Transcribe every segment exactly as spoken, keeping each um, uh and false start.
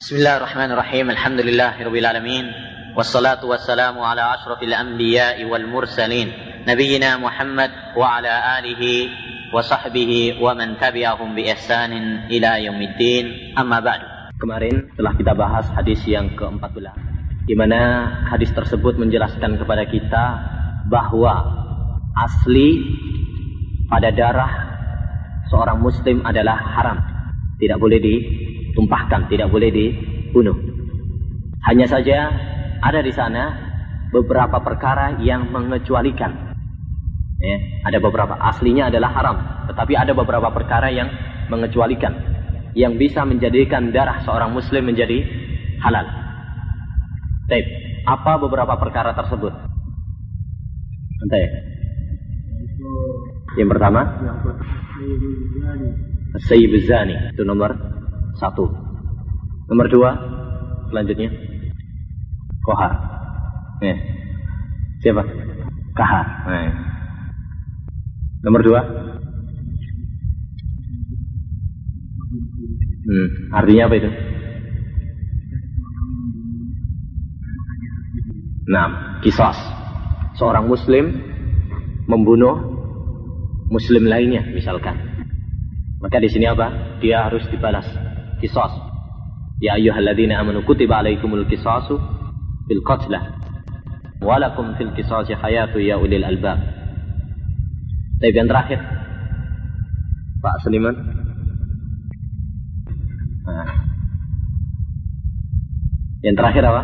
Bismillahirrahmanirrahim. Alhamdulillahirabbil alamin. Wassalatu wassalamu ala asyrafil anbiya'i wal mursalin, nabiyyina Muhammad wa ala alihi wa sahbihi wa man tabi'ahum bi ihsanin ila yaumiddin. Amma ba'du. Kemarin telah kita bahas hadis yang keempat belas, di mana hadis tersebut menjelaskan kepada kita bahwa asli pada darah seorang muslim adalah haram, tidak boleh ditumpahkan, tidak boleh dibunuh. Hanya saja ada di sana beberapa perkara yang mengecualikan. Ya, ada beberapa, aslinya adalah haram, tetapi ada beberapa perkara yang mengecualikan, yang bisa menjadikan darah seorang muslim menjadi halal. Baik, apa beberapa perkara tersebut? Entah ya. Yang pertama, Sayyibuz Zani, itu nomor satu. Nomor dua, selanjutnya Kohar. Eh. Siapa? Kahar. Eh. Nomor dua, hmm, artinya apa itu? Nah, qisas. Seorang muslim membunuh muslim lainnya misalkan, maka di sini apa? Dia harus dibalas qisas. Ya ayyuhalladzina amanu kutiba alaikumul qisasu bil qatlah wa lakum fil qisasi hayatu ya ulil albab. Tapi yang terakhir, Pak Seliman. Nah. Yang terakhir apa?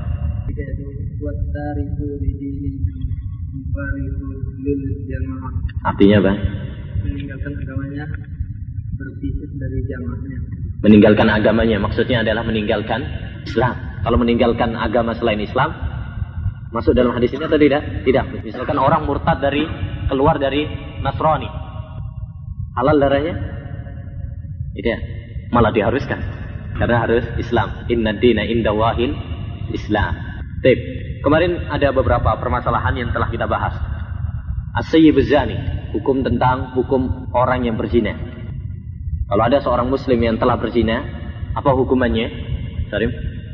Artinya apa? Meninggalkan agamanya, berpisah dari jamaahnya. Meninggalkan agamanya maksudnya adalah meninggalkan Islam. Kalau meninggalkan agama selain Islam, masuk dalam hadis ini atau tidak? Tidak. Misalkan orang murtad dari keluar dari Nasrani, halal darahnya? Tidak. Malah diharuskan, karena harus Islam. Inna dina inda wahil Islam. Baik. Kemarin ada beberapa permasalahan yang telah kita bahas. As-Sayyibuz Zani, hukum tentang hukum orang yang berzina. Kalau ada seorang muslim yang telah berzina, apa hukumannya? Sarim?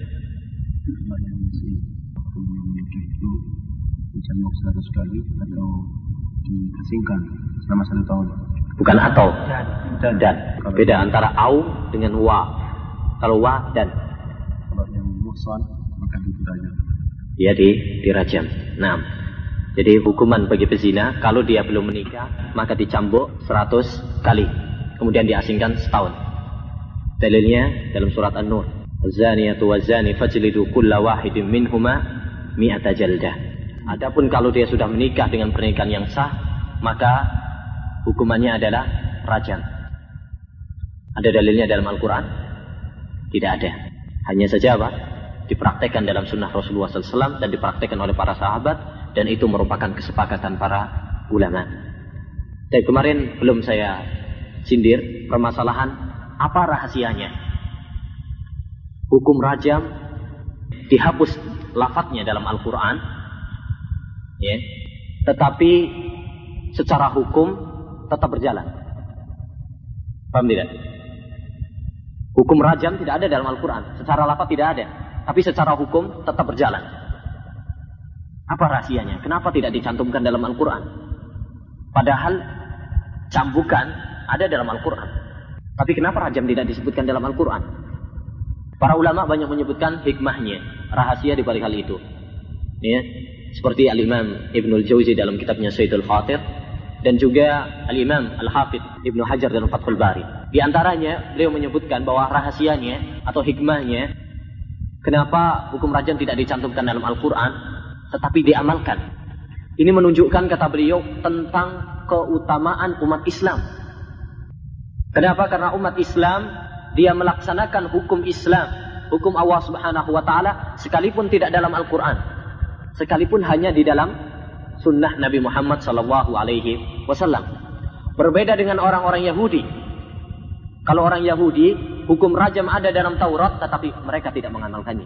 Dicambuk seratus kali atau diasingkan selama satu tahun. Bukan atau dan, dan. Beda antara au dengan wa. Kalau wa dan. Kalau yang muhsan maka dirajam. Dia di dirajam. Nah, jadi hukuman bagi pezina kalau dia belum menikah maka dicambuk seratus kali, kemudian diasingkan setahun. Dalilnya dalam surat An-Nur, az-zaniyatu waz-zani fajlidu kulla wahidin minhuma mi'ata jaldah. Adapun kalau dia sudah menikah dengan pernikahan yang sah, maka hukumannya adalah rajam. Ada dalilnya dalam Al-Quran? Tidak ada. Hanya saja apa? Dipraktekkan dalam sunnah Rasulullah sallallahu alaihi wasallam dan dipraktekkan oleh para sahabat, dan itu merupakan kesepakatan para ulama. Dan kemarin belum saya sindir permasalahan apa rahasianya hukum rajam dihapus lafadznya dalam Al-Quran, ya, tetapi secara hukum tetap berjalan. Paham tidak? Hukum rajam tidak ada dalam Al-Quran, secara lafadz tidak ada, tapi secara hukum tetap berjalan. Apa rahasianya? Kenapa tidak dicantumkan dalam Al-Quran? Padahal cambukan ada dalam Al-Quran, tapi kenapa rajam tidak disebutkan dalam Al-Quran? Para ulama banyak menyebutkan hikmahnya, rahasia di balik hal itu, ya, seperti Al-Imam Ibnul Jauzi dalam kitabnya Sayyidul Khatir, dan juga Al-Imam Al-Hafidh Ibnu Hajar dalam Fathul Bari. Di antaranya beliau menyebutkan bahwa rahasianya atau hikmahnya kenapa hukum rajam tidak dicantumkan dalam Al-Quran tetapi diamalkan. Ini menunjukkan, kata beliau, tentang keutamaan umat Islam. Kenapa? Karena umat Islam dia melaksanakan hukum Islam, hukum Allah Subhanahu wa taala, sekalipun tidak dalam Al-Quran, sekalipun hanya di dalam sunnah Nabi Muhammad sallallahu alaihi wasallam. Berbeda dengan orang-orang Yahudi. Kalau orang Yahudi, hukum rajam ada dalam Taurat, tetapi mereka tidak mengamalkannya.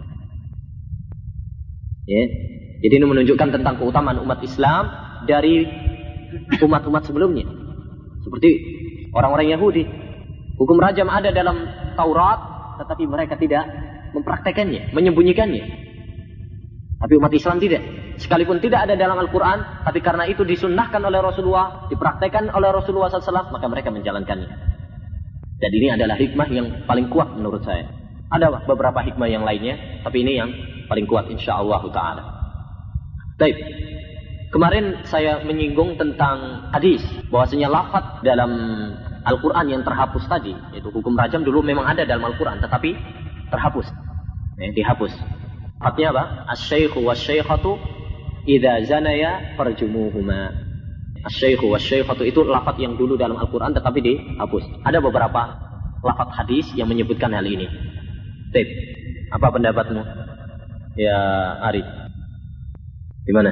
Ya. Jadi ini menunjukkan tentang keutamaan umat Islam dari umat-umat sebelumnya. Seperti orang-orang Yahudi, hukum rajam ada dalam Taurat, tetapi mereka tidak mempraktekannya, menyembunyikannya. Tapi umat Islam tidak. Sekalipun tidak ada dalam Al-Quran, tapi karena itu disunnahkan oleh Rasulullah, dipraktekkan oleh Rasulullah shallallahu alaihi wasallam, maka mereka menjalankannya. Dan ini adalah hikmah yang paling kuat menurut saya. Ada beberapa hikmah yang lainnya, tapi ini yang paling kuat insyaallah ta'ala. Baik. Kemarin saya menyinggung tentang hadis, bahwasanya lafaz dalam Al-Quran yang terhapus tadi, yaitu hukum rajam dulu memang ada dalam Al-Quran, tetapi terhapus. Eh, dihapus. Lafaznya apa? Asy-syaikhu wasy-syaikhatu idza zanaya farjumuhuma. Asy-syaikhu wasy-syaikhatu itu lafaz yang dulu dalam Al-Quran tetapi dihapus. Ada beberapa lafaz hadis yang menyebutkan hal ini. Baik. Apa pendapatmu? Ya, Ari. Gimana?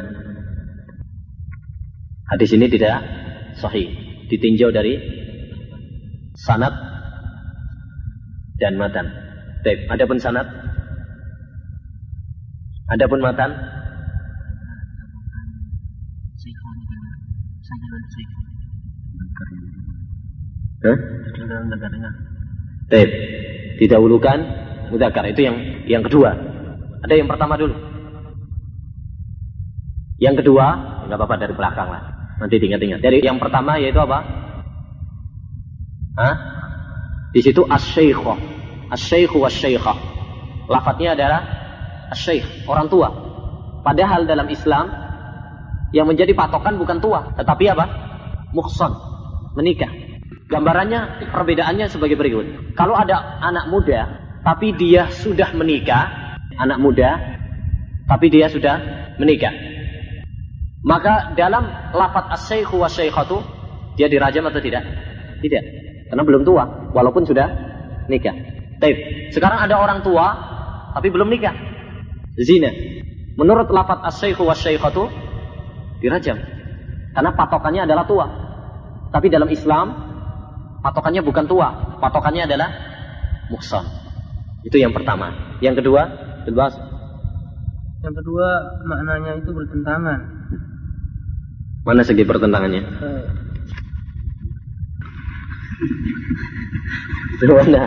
Hadis ini tidak sahih, ditinjau dari sanad dan matan. Baik, adapun sanad, adapun matan, Hah? Baik, didahulukan mudzakkar, itu yang yang kedua. Ada yang pertama dulu. Yang kedua, enggak apa-apa dari belakang lah. Nanti diingat-ingat. Dari yang pertama yaitu apa? Hah? Di situ asy-syaikh. Asy-syaikhu wasy-syaikhah. Lafadznya adalah asy-syaikh, orang tua. Padahal dalam Islam yang menjadi patokan bukan tua, tetapi apa? Muhsan, menikah. Gambarannya, perbedaannya sebagai berikut. Kalau ada anak muda, tapi dia sudah menikah, anak muda, tapi dia sudah menikah, maka dalam lafaz asy-syaikhu wasy-syaikhatu dia dirajam atau tidak? Tidak, karena belum tua, walaupun sudah nikah. Baik, sekarang ada orang tua tapi belum nikah, zina. Menurut lafaz asy-syaikhu wasy-syaikhatu dirajam, karena patokannya adalah tua. Tapi dalam Islam patokannya bukan tua, patokannya adalah muhsan. Itu yang pertama. Yang kedua, dibahas. Yang kedua, maknanya itu bertentangan. Mana segi pertentangannya? Itu mana?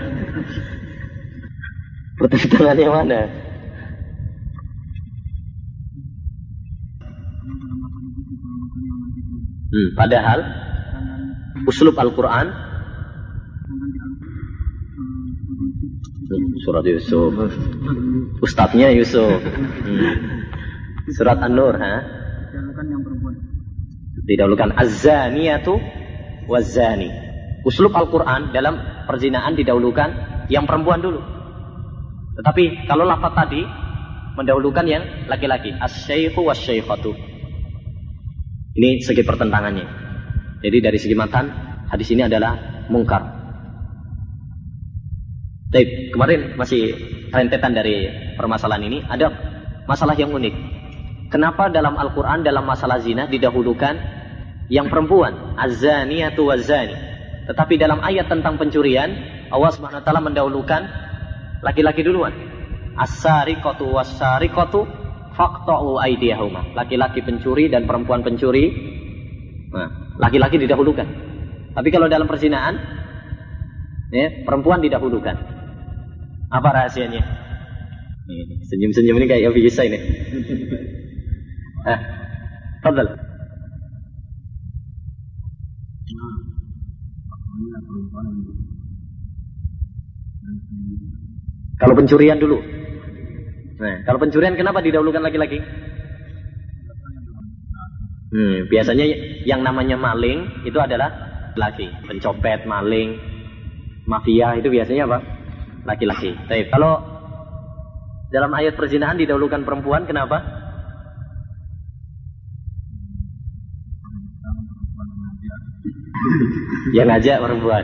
Pertentangannya mana? Hmm, padahal uslub Al-Quran, surat Yusuf, ustadznya Yusuf, hmm. Surat An-Nur, ha? Didahulukan az-zaniyatu waz-zani. Uslub Al-Quran dalam perzinaan didahulukan yang perempuan dulu. Tetapi kalau lafaz tadi mendahulukan yang laki-laki, asy-syaikhu wasy-syaikhatu. Ini segi pertentangannya. Jadi dari segi matan, hadis ini adalah mungkar. Baik, kemarin masih rentetan dari permasalahan ini, ada masalah yang unik. Kenapa dalam Al-Quran dalam masalah zina didahulukan yang perempuan, az-zaniyatu waz-zani, tetapi dalam ayat tentang pencurian Allah Subhanahu wa taala mendahulukan laki-laki duluan. As-sariqatu was-sariqatu faqta'u aydiyahuma. Laki-laki pencuri dan perempuan pencuri, nah, laki-laki didahulukan. Tapi kalau dalam perzinaan, ya, perempuan didahulukan. Apa rahasianya? Senyum-senyum ini kayak bisa ini. Ah, fadhal. Kalau pencurian dulu. Nah, kalau pencurian kenapa didahulukan laki-laki? Hmm, biasanya yang namanya maling itu adalah laki. Pencopet, maling, mafia itu biasanya apa? Laki-laki. Tapi kalau dalam ayat perzinahan didahulukan perempuan, kenapa? Yang ngajak perempuan.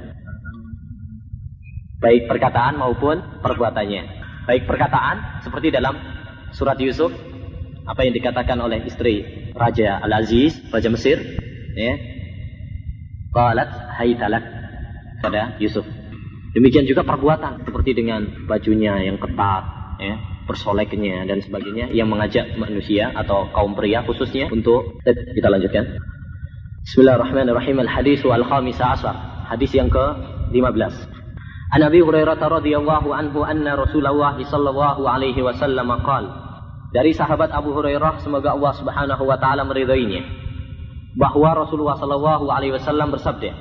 Baik perkataan maupun perbuatannya. Baik perkataan seperti dalam surat Yusuf, apa yang dikatakan oleh istri Raja Al-Aziz, Raja Mesir, ya. Qalat haytalak pada Yusuf. Demikian juga perbuatan seperti dengan bajunya yang ketat, ya, bersoleknya dan sebagainya, yang mengajak manusia atau kaum pria khususnya untuk. Kita lanjutkan. Bismillahirrahmanirrahim. Al-haditsu al-khamisa ashar. Hadis yang ke lima belas. An Abi Hurairah radhiyallahu anhu anna Rasulullah sallallahu alaihi wasallam qala. Dari sahabat Abu Hurairah, semoga Allah Subhanahu wa taala meridainya, bahwa Rasulullah sallallahu alaihi wasallam bersabda.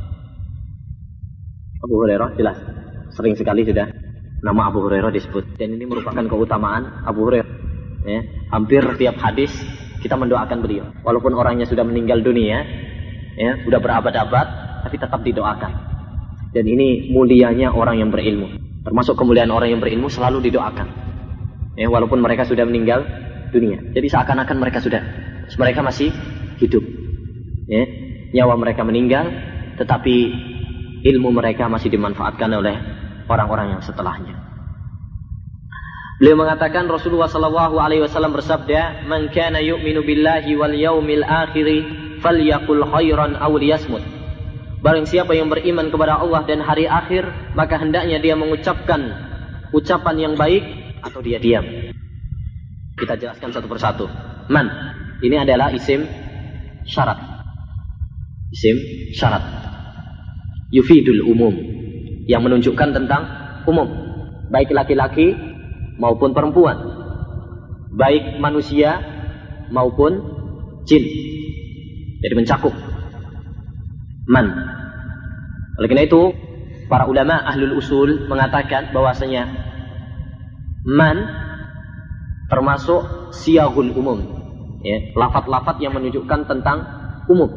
Abu Hurairah jelas sering sekali sudah nama Abu Hurairah disebut, dan ini merupakan keutamaan Abu Hurairah. Ya, hampir setiap hadis kita mendoakan beliau, walaupun orangnya sudah meninggal dunia, ya, sudah berabad-abad, tapi tetap didoakan. Dan ini mulianya orang yang berilmu. Termasuk kemuliaan orang yang berilmu selalu didoakan. Ya, walaupun mereka sudah meninggal dunia. Jadi seakan-akan mereka sudah, mereka masih hidup. Ya, nyawa mereka meninggal, tetapi ilmu mereka masih dimanfaatkan oleh orang-orang yang setelahnya. Beliau mengatakan, Rasulullah sallallahu alaihi wasallam bersabda, "Man kana yu'minu billahi wal yaumil akhir falyaqul khairan aw liyasmut." Barang siapa yang beriman kepada Allah dan hari akhir, maka hendaknya dia mengucapkan ucapan yang baik atau dia diam. Kita jelaskan satu persatu. Man, ini adalah isim syarat. Isim syarat. Yufidul umum, yang menunjukkan tentang umum. Baik laki-laki maupun perempuan. Baik manusia maupun jin. Jadi mencakup. Man. Oleh karena itu, para ulama ahlul usul mengatakan bahwasanya man termasuk siyahul umum, ya, lafaz-lafaz yang menunjukkan tentang umum.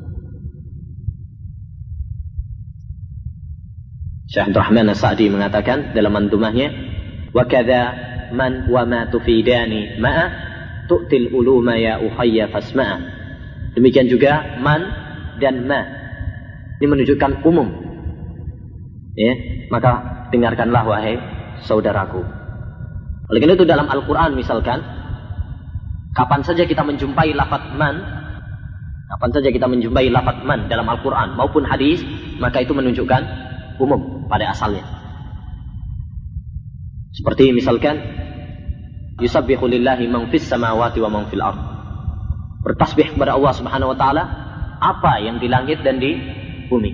Syekh Abdul Rahman As-Sa'di mengatakan dalam manzumahnya, wa kadza man wa ma tufidani ma'a tu'til uluma ya uhayya fasma'a. Demikian juga man dan ma, ini menunjukkan umum. Ya, maka dengarkanlah wahai saudaraku. Oleh karena itu dalam Al-Quran misalkan, kapan saja kita menjumpai lafaz man, kapan saja kita menjumpai lafaz man dalam Al-Quran maupun hadis, maka itu menunjukkan umum pada asalnya. Seperti misalkan, yusabbihu lillahi man fis samawati wa man fil ardh. Bertasbih kepada Allah Subhanahu wa taala apa yang di langit dan di bumi.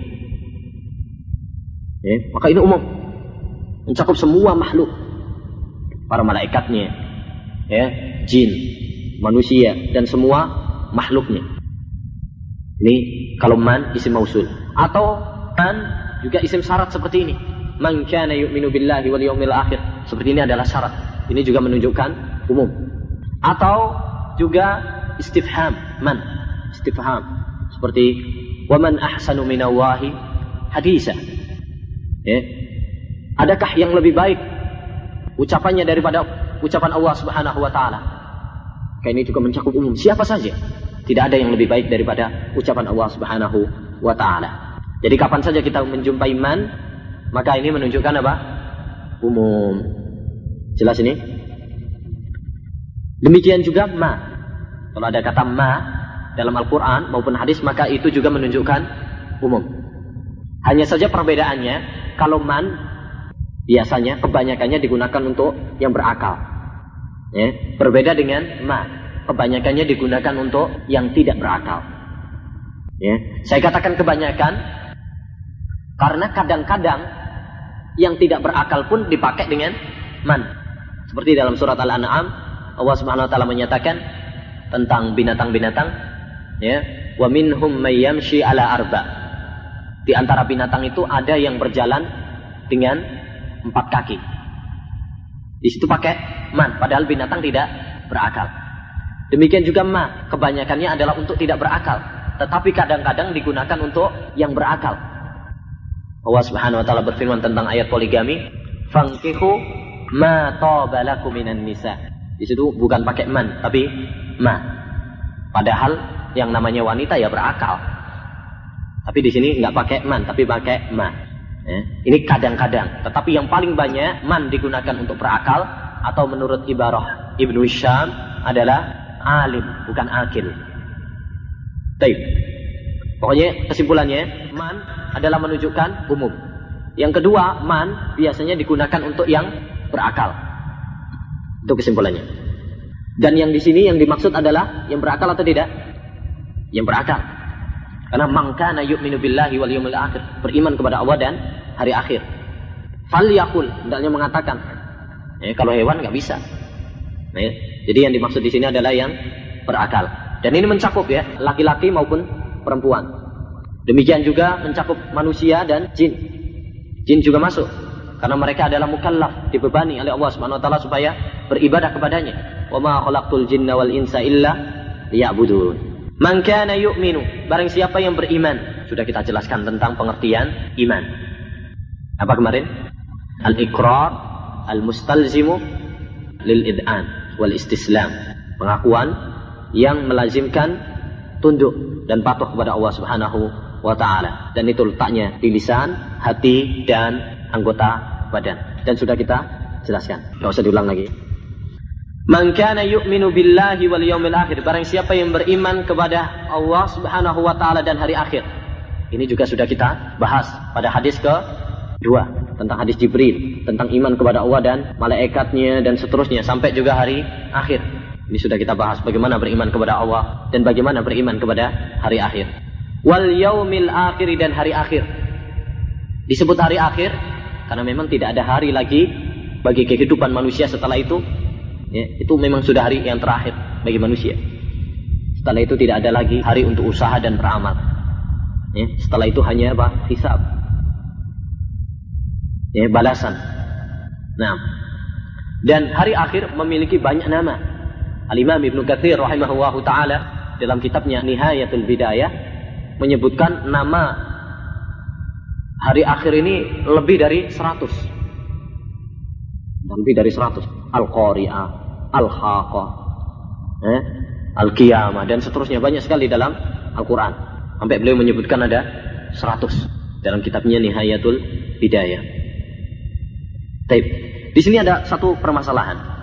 Ya, maka ini umum, mencakup semua makhluk, para malaikatnya, ya, jin, manusia dan semua makhluknya. Ini kalau man isim mausul, atau man juga isim syarat seperti ini. Man kana yu'minu billahi wal yawmil akhir. Seperti ini adalah syarat. Ini juga menunjukkan umum. Atau juga istifham, man, istifham. Seperti wa man ahsanu minallahi hadisa. Ya. Adakah yang lebih baik ucapannya daripada ucapan Allah Subhanahu wa taala? Maka ini juga mencakup umum, siapa saja. Tidak ada yang lebih baik daripada ucapan Allah Subhanahu wa taala. Jadi kapan saja kita menjumpai man, maka ini menunjukkan apa? Umum. Jelas ini? Demikian juga ma. Kalau ada kata ma dalam Al-Quran maupun hadis, maka itu juga menunjukkan umum. Hanya saja perbedaannya, kalau man biasanya kebanyakannya digunakan untuk yang berakal, ya. Berbeda dengan ma, kebanyakannya digunakan untuk yang tidak berakal, ya. Saya katakan kebanyakan karena kadang-kadang yang tidak berakal pun dipakai dengan man. Seperti dalam surat Al-An'am, Allah Subhanahu wa taala menyatakan tentang binatang-binatang, ya, wa minhum may yamshi ala arba. Di antara binatang itu ada yang berjalan dengan empat kaki. Di situ pakai man, padahal binatang tidak berakal. Demikian juga ma, kebanyakannya adalah untuk tidak berakal, tetapi kadang-kadang digunakan untuk yang berakal. Allah Subhanahu wa taala berfirman tentang ayat poligami, fankihu ma taba lakum minan nisa. Di situ bukan pakai man, tapi ma. Padahal yang namanya wanita ya berakal. Tapi di sini nggak pakai man, tapi pakai ma. Ya. Ini kadang-kadang. Tetapi yang paling banyak man digunakan untuk berakal, atau menurut ibarah Ibnu Syam adalah alim, bukan akil. Baik. Pokoknya kesimpulannya, man adalah menunjukkan umum. Yang kedua, man biasanya digunakan untuk yang berakal. Itu kesimpulannya. Dan yang di sini yang dimaksud adalah yang berakal atau tidak? Yang berakal. Karena man kana yu'minu billahi wal yawmil akhir, beriman kepada Allah dan hari akhir. Falyaqul, hendaknya mengatakan. Ya, kalau hewan nggak bisa. Nah, ya. Jadi yang dimaksud di sini adalah yang berakal. Dan ini mencakup ya laki-laki maupun perempuan. Demikian juga mencakup manusia dan jin. Jin juga masuk karena mereka adalah mukallaf, dibebani oleh Allah Subhanahu wa taala supaya beribadah kepadanya. Wa ma khalaqtul jinna wal insa illa liya'budun. Man kana yu'minu, barang siapa yang beriman. Sudah kita jelaskan tentang pengertian iman. Apa kemarin? Al-iqrar al-mustalzimu lil id'an wal istislam. Pengakuan yang melazimkan tunduk dan patuh kepada Allah Subhanahu wa ta'ala. Dan itu letaknya di lisan, hati, dan anggota badan. Dan sudah kita jelaskan. Tidak usah diulang lagi. Man kana yu'minu billahi wal yawmil akhir. Barang siapa yang beriman kepada Allah Subhanahu wa ta'ala dan hari akhir. Ini juga sudah kita bahas pada hadis kedua. Tentang hadis Jibril. Tentang iman kepada Allah dan malaikatnya dan seterusnya. Sampai juga hari akhir. Ini sudah kita bahas bagaimana beriman kepada Allah dan bagaimana beriman kepada hari akhir. Wal yaumil akhir, dan hari akhir. Disebut hari akhir karena memang tidak ada hari lagi bagi kehidupan manusia setelah itu. Ya, itu memang sudah hari yang terakhir bagi manusia. Setelah itu tidak ada lagi hari untuk usaha dan beramal. Ya, setelah itu hanya apa? Hisab. Ya, balasan. Nah, dan hari akhir memiliki banyak nama. Al-Imam Ibnu Katsir rahimahullahu taala dalam kitabnya Nihayatul Bidayah menyebutkan nama hari akhir ini lebih dari seratus. Lebih dari seratus. Al-Qari'ah, Al-Haqqah, eh, Al-Qiyamah dan seterusnya, banyak sekali dalam Al-Qur'an. Sampai beliau menyebutkan ada seratus dalam kitabnya Nihayatul Bidayah. Baik. Di sini ada satu permasalahan.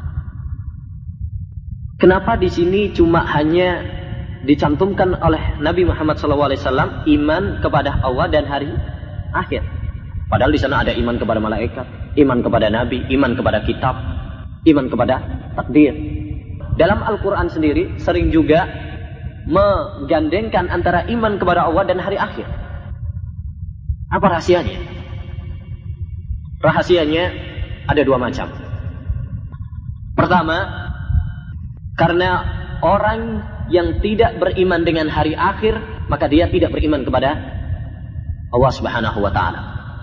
Kenapa di sini cuma hanya dicantumkan oleh Nabi Muhammad shallallahu alaihi wasallam iman kepada Allah dan hari akhir? Padahal di sana ada iman kepada malaikat, iman kepada nabi, iman kepada kitab, iman kepada takdir. Dalam Al-Quran sendiri sering juga menggandengkan antara iman kepada Allah dan hari akhir. Apa rahasianya? Rahasianya ada dua macam. Pertama, karena orang yang tidak beriman dengan hari akhir, maka dia tidak beriman kepada Allah Subhanahu wa ta'ala.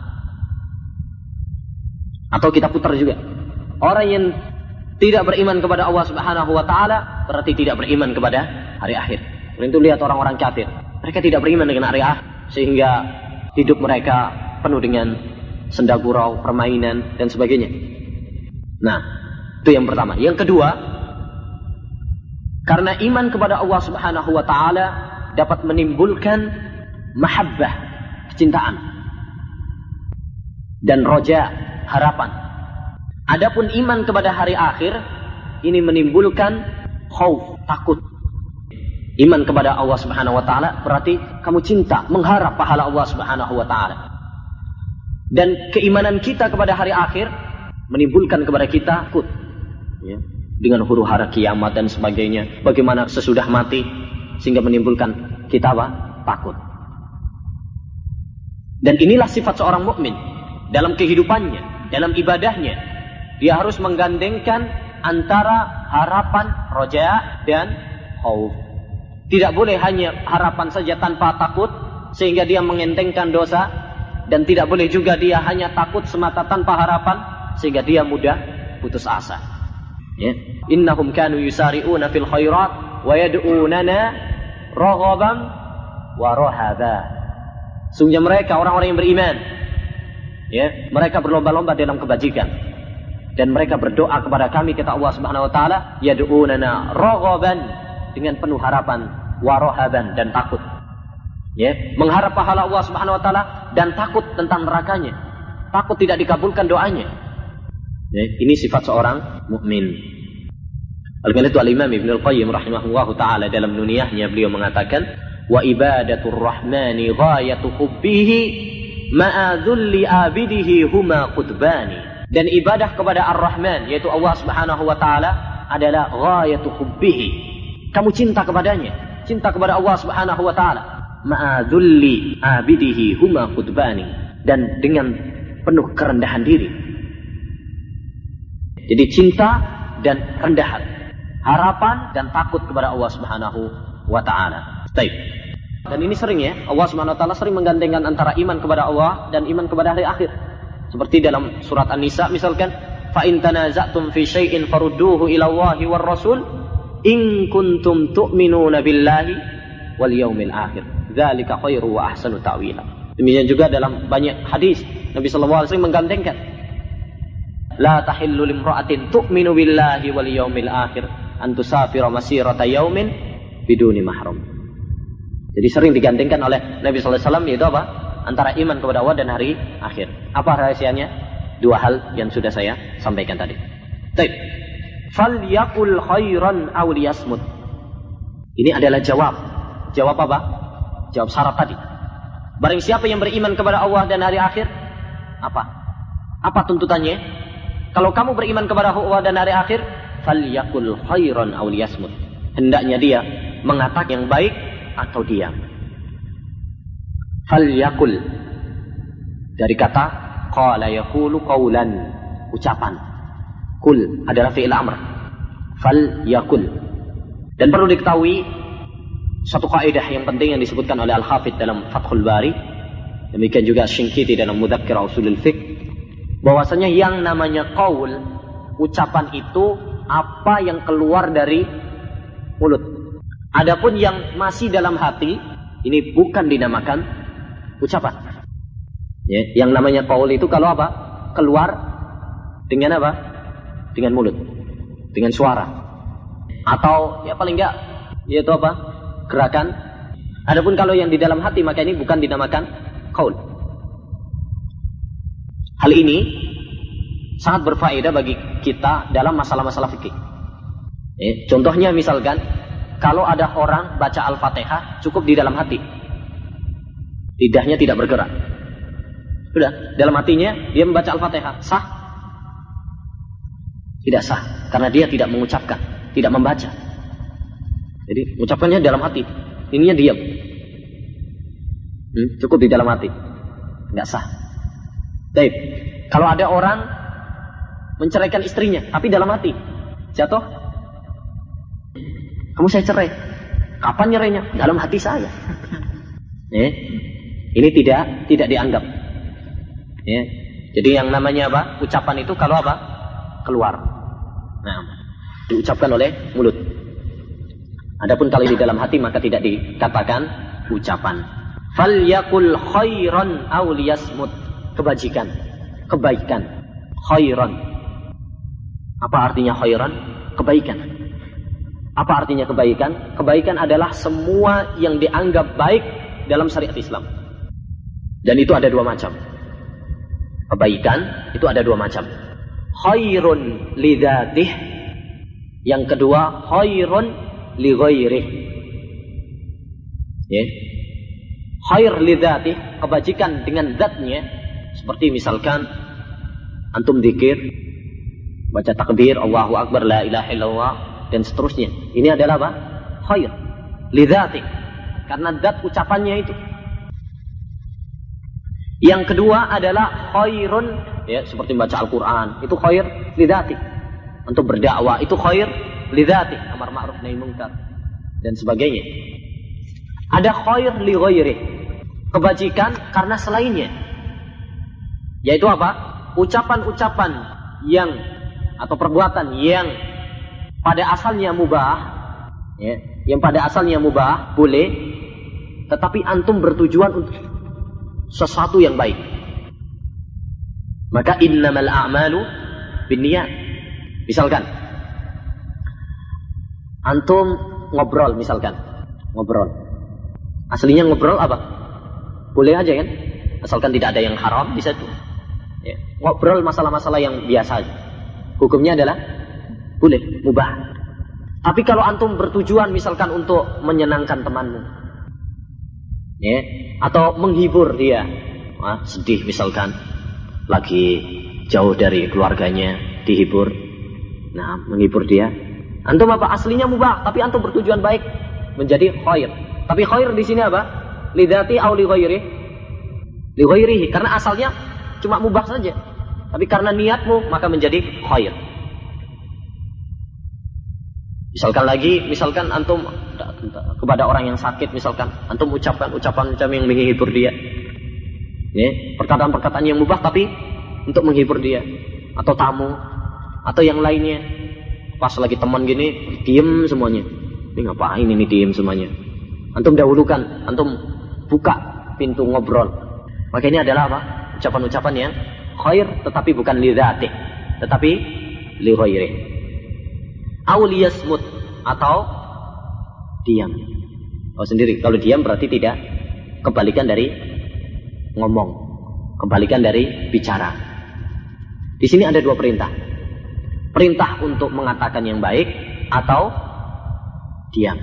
Atau kita putar juga. Orang yang tidak beriman kepada Allah Subhanahu wa ta'ala berarti tidak beriman kepada hari akhir. Itu lihat orang-orang kafir. Mereka tidak beriman dengan hari akhir, sehingga hidup mereka penuh dengan senda gurau, permainan dan sebagainya. Nah, itu yang pertama. Yang kedua, karena iman kepada Allah Subhanahu wa ta'ala dapat menimbulkan mahabbah, kecintaan, dan roja, harapan. Adapun iman kepada hari akhir ini menimbulkan khauf, takut. Iman kepada Allah Subhanahu wa ta'ala berarti kamu cinta, mengharap pahala Allah Subhanahu wa ta'ala. Dan keimanan kita kepada hari akhir menimbulkan kepada kita takut, ya, dengan huru hara kiamat dan sebagainya. Bagaimana sesudah mati, sehingga menimbulkan kita apa? Takut. Dan inilah sifat seorang mukmin dalam kehidupannya, dalam ibadahnya. Dia harus menggandengkan antara harapan, roja, dan khauf. Tidak boleh hanya harapan saja tanpa takut, sehingga dia mengentengkan dosa. Dan tidak boleh juga dia hanya takut semata tanpa harapan, sehingga dia mudah putus asa. Ya. Innahum kanu yusari'una fil khairat wa yad'unana raghaban wa rahaba. Sungguhnya mereka orang-orang yang beriman, ya, mereka berlomba-lomba dalam kebajikan dan mereka berdoa kepada kami, kata Allah Subhanahu wa taala, yad'unana raghaban, dengan penuh harapan, wa rahaban, dan takut. Ya, mengharap pahala Allah Subhanahu wa taala dan takut tentang nerakanya. Takut tidak dikabulkan doanya. Ya, ini sifat seorang mukmin. Oleh karena itu Al-Imam Ibnu Al-Qayyim rahimahullahu taala dalam Nuniyahnya beliau mengatakan, wa ibadatur rahmani ghayatu hubbihi ma'a dhulli abidihi huma qutbani. Dan ibadah kepada Ar-Rahman, yaitu Allah Subhanahu wa taala, adalah ghayatu hubbihi. Kamu cinta kepadanya, cinta kepada Allah Subhanahu wa taala, ma'a dhulli abidihi huma qutbani. Dan dengan penuh kerendahan diri. Jadi cinta dan rendah hati, harapan dan takut kepada Allah Subhanahu wa taala. Baik. Dan ini sering ya, Allah Subhanahu wa taala sering menggandengkan antara iman kepada Allah dan iman kepada hari akhir. Seperti dalam surat An-Nisa misalkan, fa in tanaza'tum fi syai'in farudduhu ila Allahi war Rasul in kuntum tu'minuna billahi wal yaumil akhir. Dzalika khairu wa ahsanu ta'wila. Demikian juga dalam banyak hadis Nabi sallallahu alaihi wasallam menggandengkan, la tahillu limra'atin tu'minu billahi wal yaumil akhir an tusafira masirata yaumin biduni mahram. Jadi sering digandengkan oleh Nabi sallallahu alaihi wasallam, yaitu apa? Antara iman kepada Allah dan hari akhir. Apa rahasianya? Dua hal yang sudah saya sampaikan tadi. Baik. Falyaqul khairan aw liyasmut. Ini adalah jawab. Jawab apa? Jawab syarat tadi. Barang siapa yang beriman kepada Allah dan hari akhir, apa? Apa tuntutannya? Kalau kamu beriman kepada Allah dan hari akhir, falyaqul khairan aw liyasmut. Hendaknya dia mengatakan yang baik atau diam. Falyaqul dari kata qala yaqulu qawlan, ucapan. Kul adalah fi'il amr. Falyaqul. Dan perlu diketahui satu kaidah yang penting yang disebutkan oleh Al-Hafidz dalam Fathul Bari, demikian juga Shinqiti dalam Mudzakkir Ushulul Fiqh, bahwasanya yang namanya qaul, ucapan itu apa yang keluar dari mulut. Adapun yang masih dalam hati, ini bukan dinamakan ucapan. Ya, yang namanya qaul itu kalau apa? Keluar dengan apa? Dengan mulut, dengan suara. Atau ya paling enggak yaitu apa? Gerakan. Adapun kalau yang di dalam hati, maka ini bukan dinamakan qaul. Hal ini sangat berfaedah bagi kita dalam masalah-masalah fikih. Ya, contohnya misalkan kalau ada orang baca Al-Fatihah cukup di dalam hati, lidahnya tidak bergerak, sudah dalam hatinya dia membaca Al-Fatihah, sah? Tidak sah, karena dia tidak mengucapkan, tidak membaca. Jadi mengucapkannya dalam hati, ininya diam, hmm, cukup di dalam hati, nggak sah. Baik, kalau ada orang menceraikan istrinya, tapi dalam hati, jatuh. Kamu saya cerai. Kapan nyerainya? Dalam hati saya. Eh, ini tidak tidak dianggap. Ya. Jadi yang namanya apa? Ucapan itu kalau apa? Keluar. Nah, diucapkan oleh mulut. Adapun kalau di dalam hati maka tidak dikatakan ucapan. Falyaqul khairan aw liyasmut. Kebajikan, kebaikan. Khairan. Apa artinya khairan? Kebaikan. Apa artinya kebaikan? Kebaikan adalah semua yang dianggap baik dalam syariat Islam. Dan itu ada dua macam. Kebaikan itu ada dua macam. Khairun li dzatih. Yang kedua khairun li ghairih. Ya. Khair li dzatih, kebajikan dengan zatnya, seperti misalkan antum zikir, baca takbir, Allahu Akbar, la ilaha illallah, dan seterusnya. Ini adalah apa? Khair li dzati, karena zat ucapannya itu. Yang kedua adalah khairun, ya, seperti membaca Al-Qur'an, itu khair li dzati. Untuk berdakwah itu khair li dzati, amar ma'ruf nahi munkar dan sebagainya. Ada khair li ghairi, kebajikan karena selainnya. Yaitu apa? Ucapan-ucapan yang atau perbuatan yang pada asalnya mubah, ya, yang pada asalnya mubah boleh, tetapi antum bertujuan untuk sesuatu yang baik. Maka innamal a'malu binniyat. Misalkan antum ngobrol, misalkan ngobrol, aslinya ngobrol apa? Boleh aja kan? Asalkan tidak ada yang haram di situ. Ya, ngobrol masalah-masalah yang biasa, hukumnya adalah boleh, mubah. Tapi kalau antum bertujuan misalkan untuk menyenangkan temanmu, ya, atau menghibur dia, wah, sedih misalkan, lagi jauh dari keluarganya, dihibur, nah, menghibur dia, antum apa? Aslinya mubah, tapi antum bertujuan baik, menjadi khair. Tapi khair di sini apa? Lidzati au li ghairi? Li ghairihi, karena asalnya cuma mubah saja. Tapi karena niatmu maka menjadi khair. Misalkan lagi, misalkan antum kepada orang yang sakit, misalkan antum ucapkan ucapan-ucapan yang menghibur dia. Ya, perkataan-perkataan yang mubah tapi untuk menghibur dia atau tamu atau yang lainnya. Pas lagi teman gini, diem semuanya. Ini ngapain ini diem semuanya? Antum dahulukan, antum buka pintu ngobrol. Maka ini adalah apa? Ucapan-ucapan yang khair tetapi bukan li dzati, tetapi li ghairi. Aw liyasmut, atau diam. Oh sendiri. Kalau diam berarti tidak, kebalikan dari ngomong, kebalikan dari bicara. Di sini ada dua perintah. Perintah untuk mengatakan yang baik atau diam.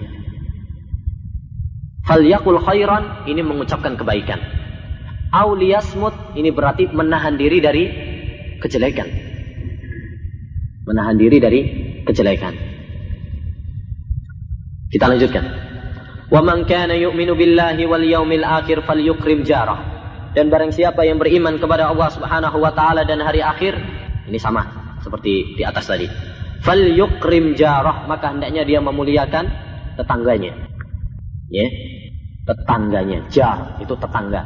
Falyaqul khairan, ini mengucapkan kebaikan. Aw liyasmut, ini berarti menahan diri dari kejelekan. Menahan diri dari kejelekan. Kita lanjutkan. Wa man kana yu'minu billahi wal yaumil akhir falyukrim jarah. Dan barang siapa yang beriman kepada Allah Subhanahu wa taala dan hari akhir, ini sama seperti di atas tadi. Falyukrim jarah, maka hendaknya dia memuliakan tetangganya. Ya, tetangganya. Jar itu tetangga.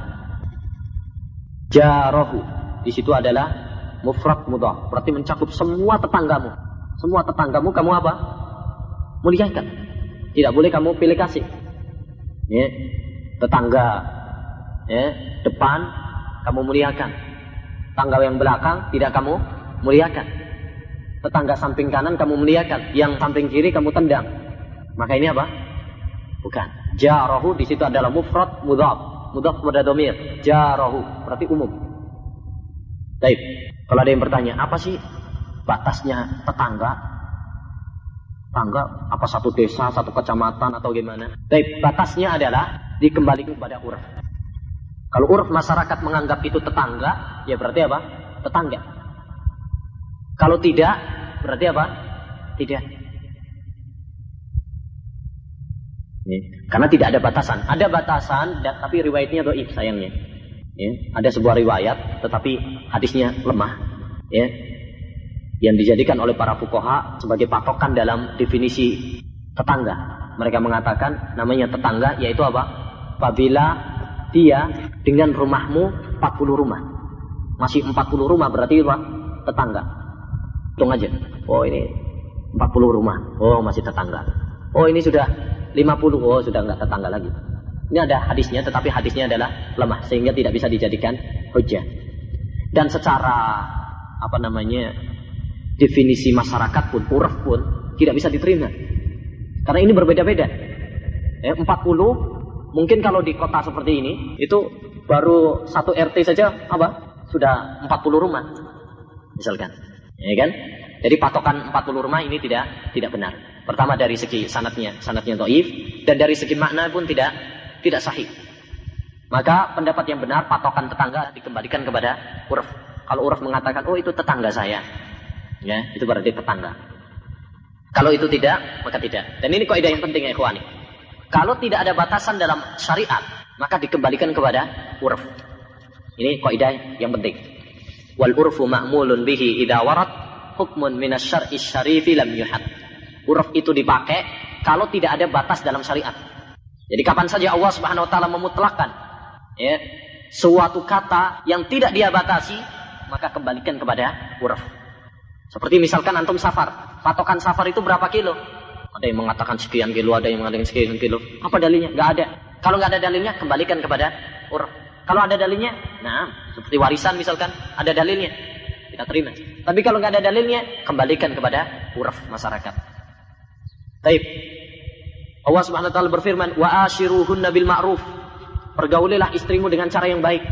Jarahu di situ adalah mufrad mudhaf, berarti mencakup semua tetanggamu. Semua tetanggamu kamu apa? Muliakan. Tidak boleh kamu pilih kasih. Ya, tetangga ya, depan kamu muliakan. Tetangga yang belakang tidak kamu muliakan. Tetangga samping kanan kamu muliakan, yang samping kiri kamu tendang. Maka ini apa? Bukan. Jarahu di situ adalah mufrad mudhaf, mudhaf kepada dhamir. Jarahu berarti umum. Baik. Kalau ada yang bertanya, apa sih batasnya tetangga? Tetangga apa satu desa, satu kecamatan atau gimana? Baik, batasnya adalah dikembalikan kepada urf. Kalau urf masyarakat menganggap itu tetangga, ya berarti apa? Tetangga. Kalau tidak, berarti apa? Tidak. Ya, karena tidak ada batasan. Ada batasan, tapi riwayatnya dhaif sayangnya. Ya, ada sebuah riwayat, tetapi hadisnya lemah. Ya, yang dijadikan oleh para fuqaha sebagai patokan dalam definisi tetangga. Mereka mengatakan namanya tetangga, yaitu apa? Apabila dia dengan rumahmu empat puluh rumah, masih empat puluh rumah berarti apa? Tetangga. Hitung aja. Oh ini empat puluh rumah. Oh masih tetangga. Oh ini sudah lima puluh. Oh sudah enggak tetangga lagi. Ini ada hadisnya, tetapi hadisnya adalah lemah sehingga tidak bisa dijadikan hujjah. Dan secara apa namanya definisi masyarakat pun, urf pun tidak bisa diterima. Karena ini berbeda-beda. Ya, empat puluh mungkin kalau di kota seperti ini itu baru satu R T saja apa? Sudah empat puluh rumah. Misalkan. Ya kan? Jadi patokan empat puluh rumah ini tidak tidak benar. Pertama dari segi sanadnya, sanadnya dhaif, dan dari segi makna pun tidak tidak sahih. Maka pendapat yang benar patokan tetangga dikembalikan kepada urf. Kalau urf mengatakan oh itu tetangga saya, ya itu berarti tetangga. Kalau itu tidak, maka tidak. Dan ini kaidah yang penting ya ikhwani. Kalau tidak ada batasan dalam syariat, maka dikembalikan kepada urf. Ini kaidah yang penting. Wal urfu ma'mulun bihi idza warad hukmun minas syar'i syarifi lam yuhad. Urf itu dipakai kalau tidak ada batas dalam syariat. Jadi kapan saja Allah Subhanahu wa taala memutlakkan ya suatu kata yang tidak dia batasi, maka kembalikan kepada urf. Seperti misalkan antum safar, patokan safar itu berapa kilo? Ada yang mengatakan sekian kilo, ada yang mengatakan sekian kilo. Apa dalilnya? Enggak ada. Kalau enggak ada dalilnya, kembalikan kepada urf. Kalau ada dalilnya, nah, seperti warisan misalkan, ada dalilnya, kita terima. Tapi kalau enggak ada dalilnya, kembalikan kepada urf masyarakat. Baik. Allah Subhanahu wa taala berfirman, "Wa ashiruhunna bil ma'ruf." Pergaulilah istrimu dengan cara yang baik.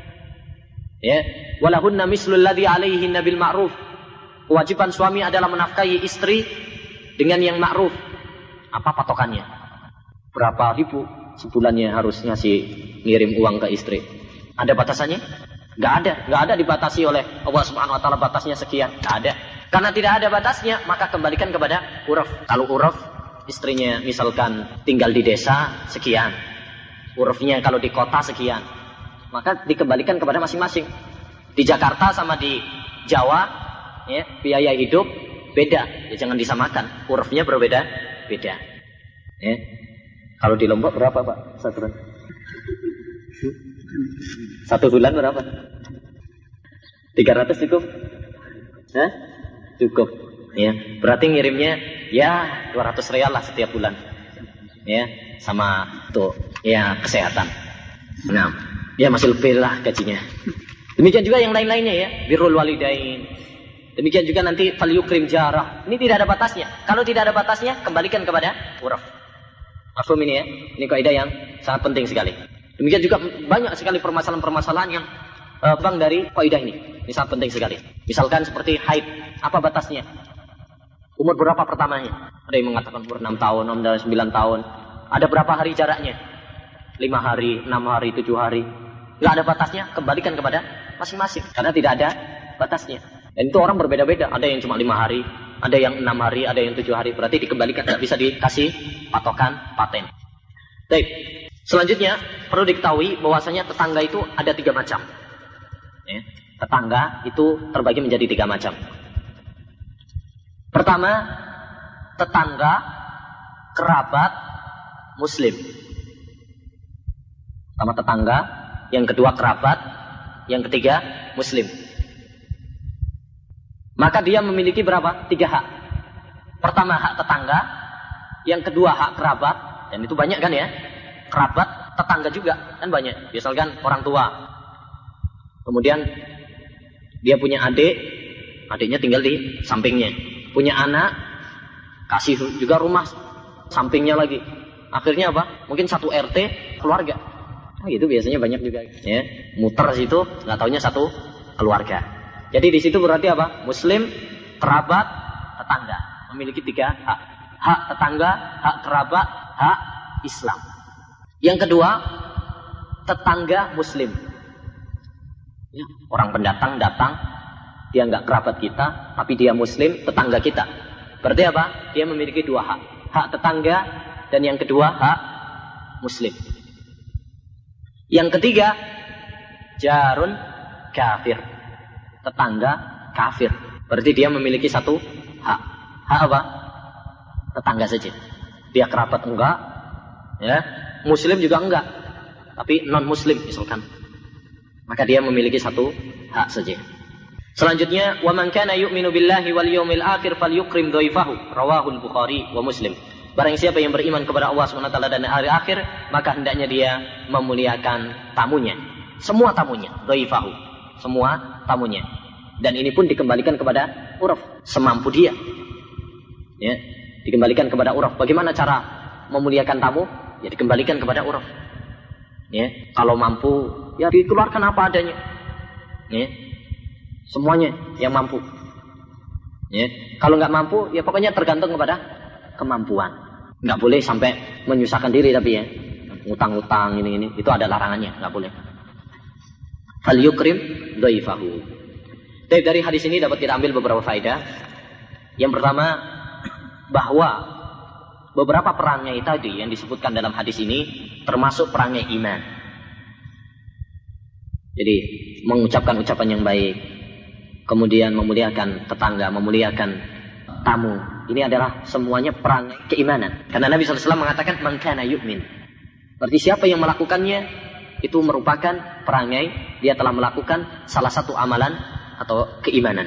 Ya, walahunna mislul ladzi 'alaihinna bil ma'ruf. Kewajiban suami adalah menafkahi istri dengan yang ma'ruf. Apa patokannya? Berapa ribu sebulannya harus ngasih ngirim uang ke istri? Ada batasannya? Enggak ada, enggak ada dibatasi oleh Allah Subhanahu wa taala batasnya sekian, enggak ada. Karena tidak ada batasnya, maka kembalikan kepada urf. Kalau urf istrinya misalkan tinggal di desa sekian, urfnya kalau di kota sekian, maka dikembalikan kepada masing-masing. Di Jakarta sama di Jawa, ya, biaya hidup beda. Ya, jangan disamakan. Urufnya berbeda, beda. Ya. Kalau di Lombok berapa, Pak? Satu bulan. Satu bulan berapa? tiga ratus cukup? Hah? Cukup. Ya, berarti ngirimnya ya dua ratus real lah setiap bulan. Ya, sama tuh ya kesehatan. Nah, ya masih lebih lah gajinya. Demikian juga yang lain-lainnya ya, birrul walidain. Demikian juga nanti fal yukrim jarah. Ini tidak ada batasnya. Kalau tidak ada batasnya, kembalikan kepada uruf. Mafhum ini ya. Ini kaidah yang sangat penting sekali. Demikian juga banyak sekali permasalahan-permasalahan yang uh, bang dari kaidah ini. Ini sangat penting sekali. Misalkan seperti haid, apa batasnya? Umur berapa pertamanya? Ada yang mengatakan umur enam tahun, enam dan sembilan tahun. Ada berapa hari jaraknya? lima hari, enam hari, tujuh hari. Enggak ada batasnya, kembalikan kepada masing-masing. Karena tidak ada batasnya. Dan itu orang berbeda-beda. Ada yang cuma lima hari, ada yang enam hari, ada yang tujuh hari. Berarti dikembalikan, tidak bisa dikasih patokan paten. Baik. Selanjutnya, perlu diketahui bahwasanya tetangga itu ada tiga macam. Ya. Tetangga itu terbagi menjadi tiga macam. Pertama, tetangga, kerabat, muslim. Pertama tetangga, yang kedua kerabat, yang ketiga muslim. Maka dia memiliki berapa? Tiga hak. Pertama hak tetangga, yang kedua hak kerabat, dan itu banyak kan ya? Kerabat, tetangga juga kan banyak. Misalkan orang tua, kemudian dia punya adik, adiknya tinggal di sampingnya. Punya anak, kasih juga rumah sampingnya lagi. Akhirnya apa? Mungkin satu R T keluarga. Nah, gitu biasanya banyak juga. Ya, muter situ, nggak taunya satu keluarga. Jadi di situ berarti apa? Muslim, kerabat, tetangga memiliki tiga hak. Hak tetangga, hak kerabat, hak Islam. Yang kedua, tetangga Muslim. Ya, orang pendatang datang, dia nggak kerabat kita, tapi dia Muslim, tetangga kita. Berarti apa? Dia memiliki dua hak. Hak tetangga dan yang kedua hak Muslim. Yang ketiga, jarun kafir. Tetangga kafir. Berarti dia memiliki satu hak. Hak apa? Tetangga saja. Dia kerabat enggak, ya. Muslim juga enggak. Tapi non Muslim misalkan. Maka dia memiliki satu hak saja. Selanjutnya, wa man kana yu'minu billahi wal yawmil akhir falyukrim dhaifahu. Rawahul Bukhari wa Muslim. Barang siapa yang beriman kepada Allah subhanahu wa taala dan hari akhir, maka hendaknya dia memuliakan tamunya. Semua tamunya, dhaifahu. Semua tamunya. Dan ini pun dikembalikan kepada uruf, semampu dia. Ya, dikembalikan kepada uruf. Bagaimana cara memuliakan tamu? Ya dikembalikan kepada uruf. Ya, kalau mampu, ya dikeluarkan apa adanya. Ya. Semuanya yang mampu. Ya. Kalau nggak mampu, ya pokoknya tergantung kepada kemampuan. Nggak boleh sampai menyusahkan diri tapi ya, ngutang-ngutang ini ini itu ada larangannya, nggak boleh. Fal yukrim dhaifahu. Dari hadis ini dapat kita ambil beberapa faedah. Yang pertama, bahwa beberapa perangai tadi yang disebutkan dalam hadis ini termasuk perangai iman. Jadi mengucapkan ucapan yang baik, kemudian memuliakan tetangga, memuliakan tamu. Ini adalah semuanya perangai keimanan. Karena Nabi shallallahu alaihi wasallam mengatakan man kana yu'min. Berarti siapa yang melakukannya itu merupakan perangai, dia telah melakukan salah satu amalan atau keimanan.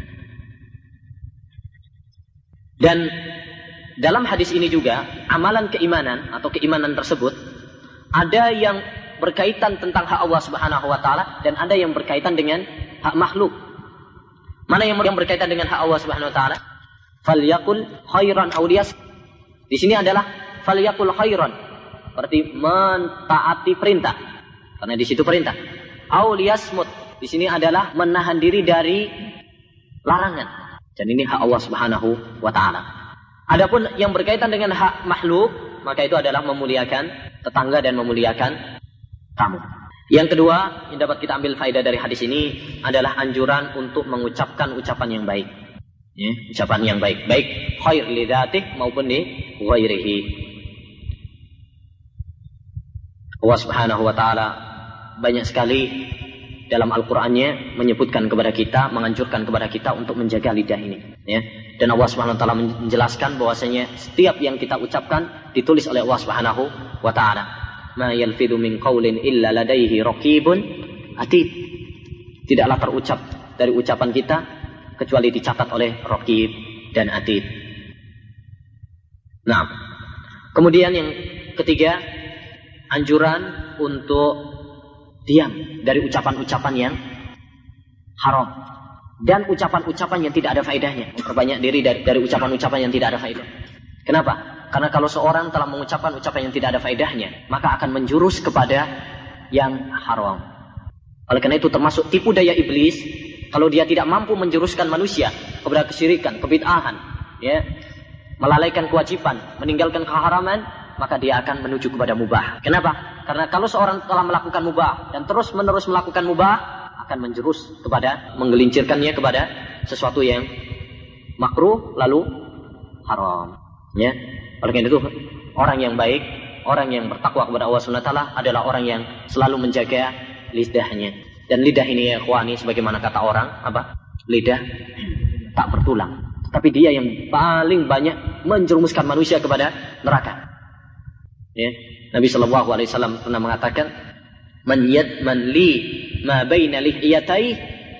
Dan dalam hadis ini juga amalan keimanan atau keimanan tersebut ada yang berkaitan tentang hak Allah Subhanahu wa taala dan ada yang berkaitan dengan hak makhluk. Mana yang berkaitan dengan hak Allah Subhanahu wa taala? Falyakul khairan aw liyas. Di sini adalah falyakul khairan, berarti mentaati perintah. Karena di situ perintah. Aw liyasmut. Di sini adalah menahan diri dari larangan. Dan ini hak Allah Subhanahu wa taala. Adapun yang berkaitan dengan hak makhluk, maka itu adalah memuliakan tetangga dan memuliakan tamu. Yang kedua, yang dapat kita ambil faedah dari hadis ini adalah anjuran untuk mengucapkan ucapan yang baik. Ya, ucapan yang baik, baik khair li dzatih maupun li ghairihi. Allah Subhanahu wa taala banyak sekali dalam Al-Qur'annya menyebutkan kepada kita, menganjurkan kepada kita untuk menjaga lidah ini, ya. Dan Allah Subhanahu wa taala menjelaskan bahwasanya setiap yang kita ucapkan ditulis oleh Allah Subhanahu wa taala. Ma yalfidhu min qaulin illa ladaihi raqibun atid. Tidaklah terucap dari ucapan kita kecuali dicatat oleh raqib dan atid. Nah, kemudian yang ketiga, anjuran untuk diam dari ucapan-ucapan yang haram dan ucapan-ucapan yang tidak ada faedahnya. Memperbanyak diri dari, dari ucapan-ucapan yang tidak ada faedah. Kenapa? Karena kalau seorang telah mengucapkan ucapan yang tidak ada faedahnya, maka akan menjurus kepada yang haram. Oleh karena itu termasuk tipu daya iblis, kalau dia tidak mampu menjuruskan manusia kepada kesyirikan, kebid'ahan, ya, melalaikan kewajiban, meninggalkan keharaman, maka dia akan menuju kepada mubah. Kenapa? Karena kalau seorang telah melakukan mubah dan terus menerus melakukan mubah, akan menjurus kepada menggelincirkannya kepada sesuatu yang makruh lalu haram. Ya, oleh karena itu orang yang baik, orang yang bertakwa kepada Allah Subhanahu wa taala adalah orang yang selalu menjaga lidahnya. Dan lidah ini ya ikhwani, sebagaimana kata orang, apa? Lidah tak bertulang. Tapi dia yang paling banyak menjerumuskan manusia kepada neraka. Ya, Nabi Shallallahu Alaihi Wasallam pernah mengatakan, "Man yadman li ma baina lihiyatai,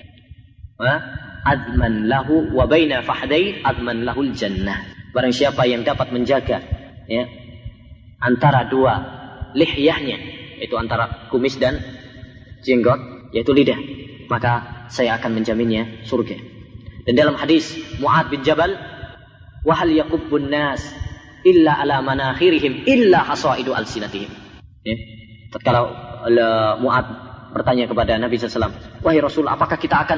adman lahu wa baina fahdai adman lahul jannah." Barang siapa yang dapat menjaga, ya, antara dua lihyahnya, itu antara kumis dan jenggot, yaitu lidah, maka saya akan menjaminnya surga. Dan dalam hadis Mu'ad bin Jabal, "Wa hal yaqubbun nas illa ala manakhirihim illa hasaidu alsinatihim." Ya. Tatkala Mu'ad bertanya kepada Nabi sallallahu alaihi wasallam, "Wahai Rasul, apakah kita akan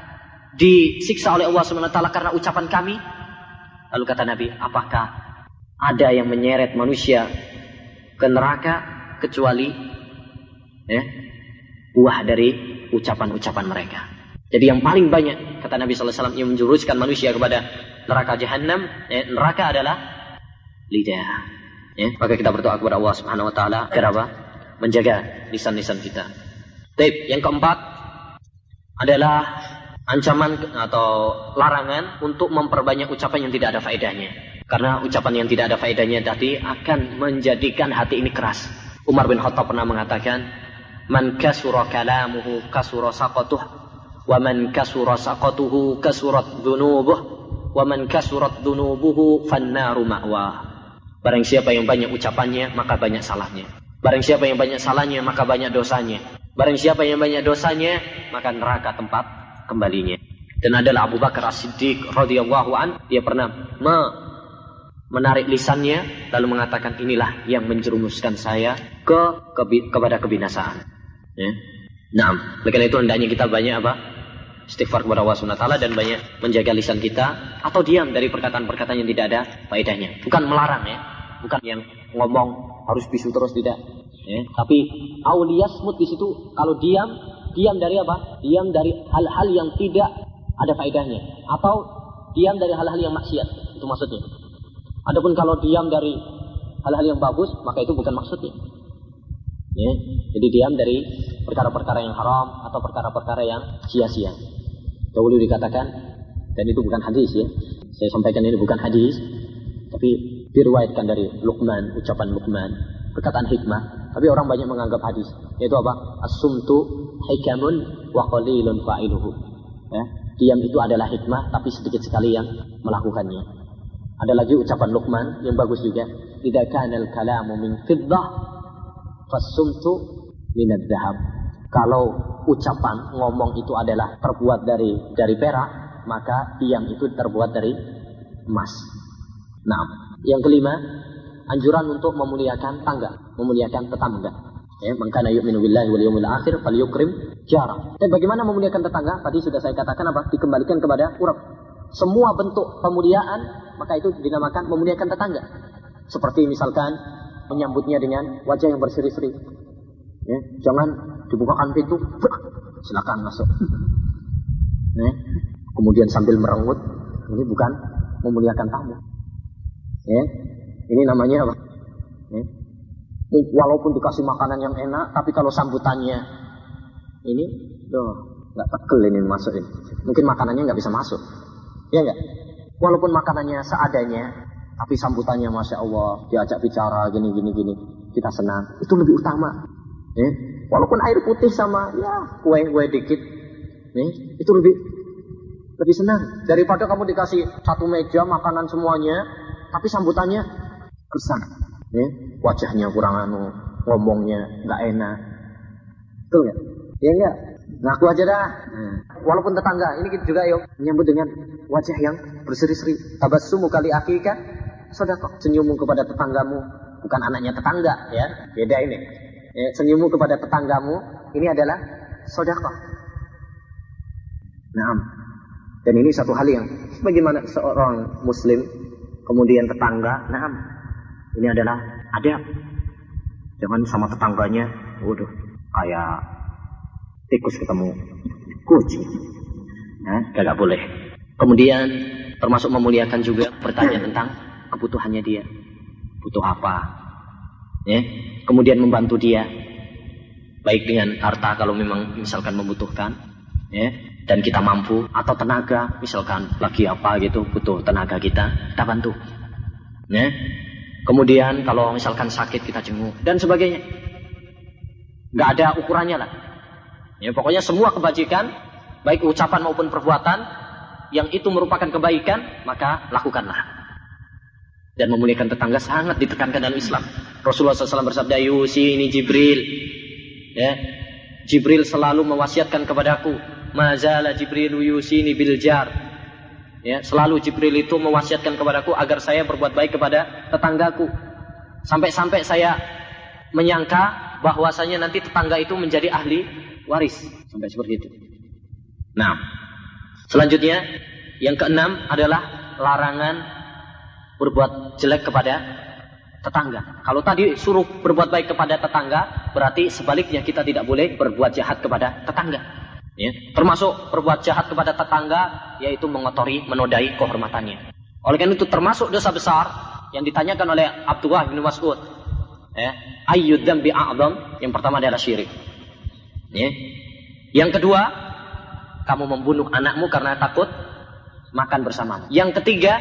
disiksa oleh Allah Subhanahu wa taala karena ucapan kami?" Lalu kata Nabi, "Apakah ada yang menyeret manusia ke neraka kecuali, ya, buah dari ucapan-ucapan mereka?" Jadi yang paling banyak, kata Nabi sallallahu alaihi wasallam, yang menjuruskan manusia kepada neraka jahanam, ya, neraka adalah lidah. Ya, maka kita berdoa kepada Allah Subhanahu wa taala agar apa? Menjaga lisan-lisan kita. Baik, yang keempat adalah ancaman atau larangan untuk memperbanyak ucapan yang tidak ada faedahnya. Karena ucapan yang tidak ada faedahnya tadi akan menjadikan hati ini keras. Umar bin Khattab pernah mengatakan, "Man kasura kalamuhu kasura saqatuh, wa man kasura saqatuhu kasurat dhunubuh, wa man kasurat dhunubuhu fannaru ma'wah." Barang siapa yang banyak ucapannya, maka banyak salahnya. Barang siapa yang banyak salahnya, maka banyak dosanya. Barang siapa yang banyak dosanya, maka neraka tempat kembalinya. Dan adalah Abu Bakar As-Siddiq radhiyallahu an, dia pernah me- menarik lisannya lalu mengatakan, "Inilah yang menjerumuskan saya ke, ke kepada kebinasaan." Ya. Nah, oleh karena itu hendaknya kita banyak apa? Istighfar kepada Allah Subhanahu wa taala dan banyak menjaga lisan kita, atau diam dari perkataan-perkataan yang tidak ada faedahnya. Bukan melarang, ya, bukan yang ngomong harus bisu terus, tidak. Ya. Tapi auliyasmut di situ, kalau diam, diam dari apa? Diam dari hal-hal yang tidak ada faedahnya, atau diam dari hal-hal yang maksiat. Itu maksudnya. Adapun kalau diam dari hal-hal yang bagus, maka itu bukan maksudnya. Ya. Jadi diam dari perkara-perkara yang haram atau perkara-perkara yang sia-sia. Dahulu dikatakan, dan itu bukan hadis, ya, saya sampaikan ini bukan hadis, tapi diriwayatkan dari Luqman, ucapan Luqman, perkataan hikmah, tapi orang banyak menganggap hadis, yaitu apa? As-sumtu hikamun wa qalilun fa'iluhu. Ya, diam itu adalah hikmah, tapi sedikit sekali yang melakukannya. Ada lagi ucapan Luqman yang bagus juga, "Idza kana al-kalamu min fiddah fas-sumtu min adh-dhahab." Kalau ucapan ngomong itu adalah terbuat dari dari perak, maka diam itu terbuat dari emas. Nah, yang kelima, anjuran untuk memuliakan tangga, memuliakan tetangga. Ya, man kana yu'minu billahi wal yawmil akhir falyukrim jarah. Dan bagaimana memuliakan tetangga? Tadi sudah saya katakan apa? Dikembalikan kepada urab. Semua bentuk pemuliaan, maka itu dinamakan memuliakan tetangga. Seperti misalkan menyambutnya dengan wajah yang berseri-seri. Ya, jangan dibukakan pintu, silakan masuk. Ya, kemudian sambil merengut, ini bukan memuliakan tamu. Ya, ini namanya apa? Ya, walaupun dikasih makanan yang enak, tapi kalau sambutannya ini loh nggak tekel ini masukin. Mungkin makanannya nggak bisa masuk, ya nggak? Walaupun makanannya seadanya, tapi sambutannya masya Allah, diajak bicara gini gini gini, kita senang. Itu lebih utama. Ya. Walaupun air putih sama ya kue kue dikit, ya, itu lebih lebih senang daripada kamu dikasih satu meja makanan semuanya, tapi sambutannya kesan, ya, wajahnya kurang anu, ngomongnya nggak enak, betul nggak? Ya nggak? Ngaku aja dah. Hmm. Walaupun tetangga, ini juga yuk menyambut dengan wajah yang berseri-seri. Tabassumu kali akika sedekah. Senyummu kepada tetanggamu, bukan anaknya tetangga, ya. Beda ini. Ya, senyummu kepada tetanggamu ini adalah sedekah. Naam. Dan ini satu hal yang bagaimana seorang muslim kemudian tetangga, naam. Ini adalah adab. Jangan sama tetangganya, waduh, kayak tikus ketemu kucing, nah, gak boleh. Kemudian termasuk memuliakan juga bertanya tentang kebutuhannya dia, butuh apa, ya. Kemudian membantu dia, baik dengan harta kalau memang misalkan membutuhkan, ya, dan kita mampu, atau tenaga, misalkan lagi apa gitu butuh tenaga kita, kita bantu, ya. Kemudian kalau misalkan sakit kita jenguk dan sebagainya, nggak ada ukurannya lah. Ya, pokoknya semua kebajikan, baik ucapan maupun perbuatan, yang itu merupakan kebaikan, maka lakukanlah. Dan memuliakan tetangga sangat ditekankan dalam Islam. Rasulullah shallallahu alaihi wasallam bersabda, Yusi ini Jibril. Ya, Jibril selalu mewasiatkan kepadaku, Mazala Jibril yusini bil jar. Ya, selalu Jibril itu mewasiatkan kepadaku agar saya berbuat baik kepada tetanggaku. Sampai-sampai saya menyangka bahwasanya nanti tetangga itu menjadi ahli waris, sampai seperti itu. Nah, selanjutnya yang keenam adalah larangan berbuat jelek kepada tetangga. Kalau tadi suruh berbuat baik kepada tetangga, berarti sebaliknya kita tidak boleh berbuat jahat kepada tetangga. Ya, termasuk berbuat jahat kepada tetangga yaitu mengotori, menodai kehormatannya. Oleh karena itu termasuk dosa besar yang ditanyakan oleh Abdullah bin Mas'ud. Ya, ayyud dzambi a'dzam? Yang pertama adalah syirik. Ya. Yang kedua, kamu membunuh anakmu karena takut makan bersamamu. Yang ketiga,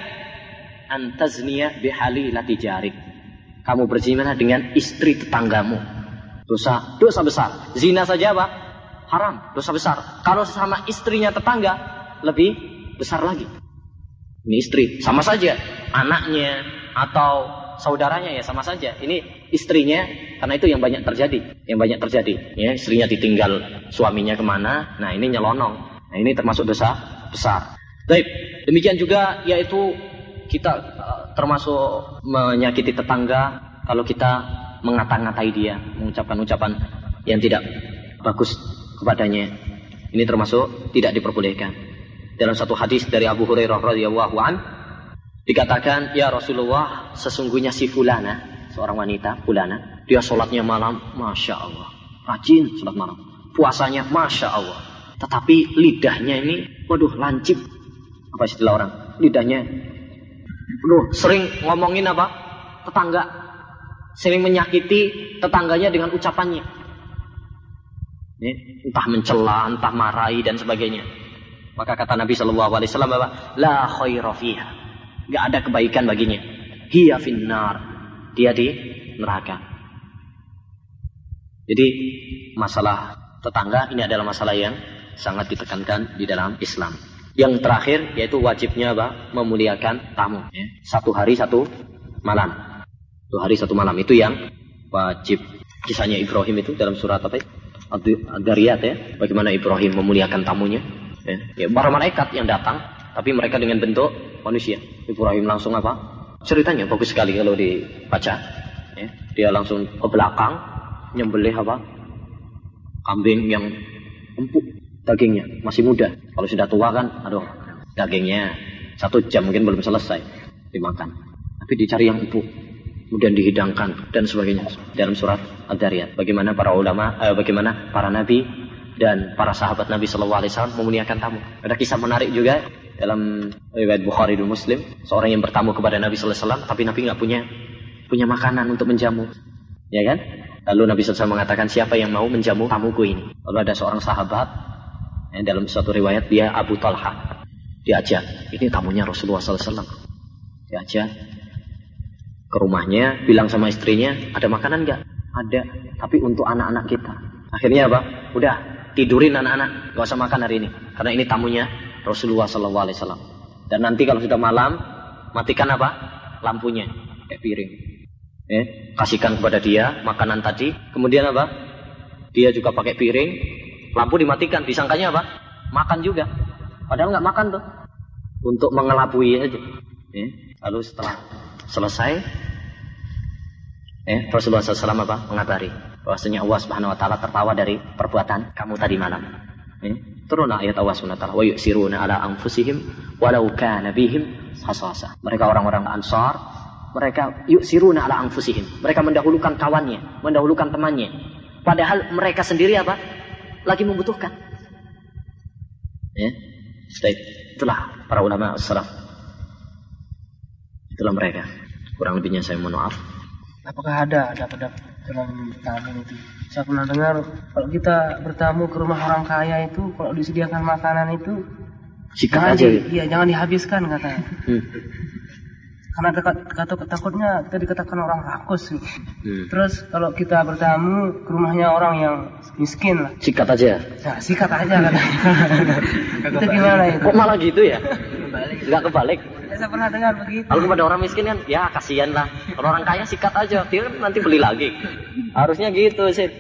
antazniya bihalilati jarik. Kamu berzina dengan istri tetanggamu. Dosa, dosa besar. Zina saja apa? Haram, dosa besar. Kalau sama istrinya tetangga, lebih besar lagi. Ini istri, sama saja. Anaknya atau saudaranya ya sama saja. Ini istrinya, karena itu yang banyak terjadi, yang banyak terjadi. Ya, istrinya ditinggal suaminya kemana? Nah, ini nyelonong. Nah, ini termasuk dosa besar. Baik, demikian juga yaitu kita uh, termasuk menyakiti tetangga kalau kita mengata-ngatai dia, mengucapkan ucapan yang tidak bagus kepadanya. Ini termasuk tidak diperbolehkan. Dalam satu hadis dari Abu Hurairah radhiyallahu anhu dikatakan, ya Rasulullah, sesungguhnya si fulana, seorang wanita, fulana, dia sholatnya malam, Masya Allah. Rajin sholat malam. Puasanya, Masya Allah. Tetapi lidahnya ini, waduh, lancip. Apa istilah orang? Lidahnya, waduh, sering ngomongin apa? Tetangga. Sering menyakiti tetangganya dengan ucapannya. Ini, entah mencela, entah marahi, dan sebagainya. Maka kata Nabi shallallahu alaihi wasallam bahwa, la khaira fiha. Gak ada kebaikan baginya. Hiya finnar. Dia di neraka. Jadi masalah tetangga ini adalah masalah yang sangat ditekankan di dalam Islam. Yang terakhir yaitu wajibnya apa? Memuliakan tamu. Ya. Satu hari satu malam. Satu hari satu malam itu yang wajib. Kisahnya Ibrahim itu dalam surat apa? Ad-Dariyat ya. Bagaimana Ibrahim memuliakan tamunya. Ya. Ya, para malaikat yang datang, tapi mereka dengan bentuk manusia. Ibrahim langsung apa? Ceritanya bagus sekali kalau dibaca. Ya. Dia langsung ke belakang nyembelih apa? Kambing yang empuk dagingnya, masih muda. Kalau sudah tua kan, aduh, dagingnya satu jam mungkin belum selesai dimakan. Tapi dicari yang empuk, kemudian dihidangkan dan sebagainya. Dalam surat Ad-Dariyat, bagaimana para ulama, eh, bagaimana para nabi dan para sahabat Nabi Shallallahu Alaihi Wasallam memuliakan tamu. Ada kisah menarik juga dalam riwayat Bukhari dan Muslim, seorang yang bertamu kepada Nabi Sallallahu Alaihi Wasallam, tapi Nabi nggak punya punya makanan untuk menjamu, ya kan? Lalu Nabi shallallahu alaihi wasallam mengatakan, siapa yang mau menjamu tamuku ini? Lalu ada seorang sahabat, ya, dalam suatu riwayat dia Abu Talha, diajak, ini tamunya Rasulullah shallallahu alaihi wasallam. Diajak ke rumahnya, bilang sama istrinya, ada makanan nggak? Ada, tapi untuk anak-anak kita. Akhirnya apa? Udah, tidurin anak-anak, nggak usah makan hari ini, karena ini tamunya Rasulullah shallallahu alaihi wasallam. Dan nanti kalau sudah malam, matikan apa? Lampunya, kayak piring. Eh, kasihkan kepada dia makanan tadi, kemudian apa? Dia juga pakai piring, lampu dimatikan, disangkanya apa? Makan juga, padahal nggak makan tuh, untuk mengelabui aja. Eh, lalu setelah selesai, eh, Rasulullah shallallahu alaihi wasallam apa? Mengabari bahwasanya Allah Subhanahu Wa Taala tertawa dari perbuatan kamu tadi malam. Eh, turunlah ayat Allah Subhanahu Wa Taala, wa yusiruna ala anfusihim walau kana bihim khasasah. Mereka orang-orang Ansar, mereka yusiruna ala anfusihim, mereka mendahulukan kawannya, mendahulukan temannya, padahal mereka sendiri apa? Lagi membutuhkan. Ya, itulah para ulama as-salaf. Itulah mereka. Kurang lebihnya saya mohon maaf. Apakah ada adab-adab dalam bertamu itu? Saya pernah dengar kalau kita bertamu ke rumah orang kaya itu, kalau disediakan makanan itu sikat aja. Di, iya, jangan dihabiskan katanya. Hmm. Karena kata takutnya kita dikatakan orang rakus gitu. Hmm. Terus kalau kita bertamu ke rumahnya orang yang miskin lah, sikat aja. Nah, sikat aja katanya. Itu gimana itu? Kok malah gitu ya? Enggak kebalik. Ya, saya pernah dengar begitu. Kalau kepada orang miskin kan, ya kasihan lah. Kalau orang kaya sikat aja, dia kan nanti beli lagi. Harusnya gitu sih.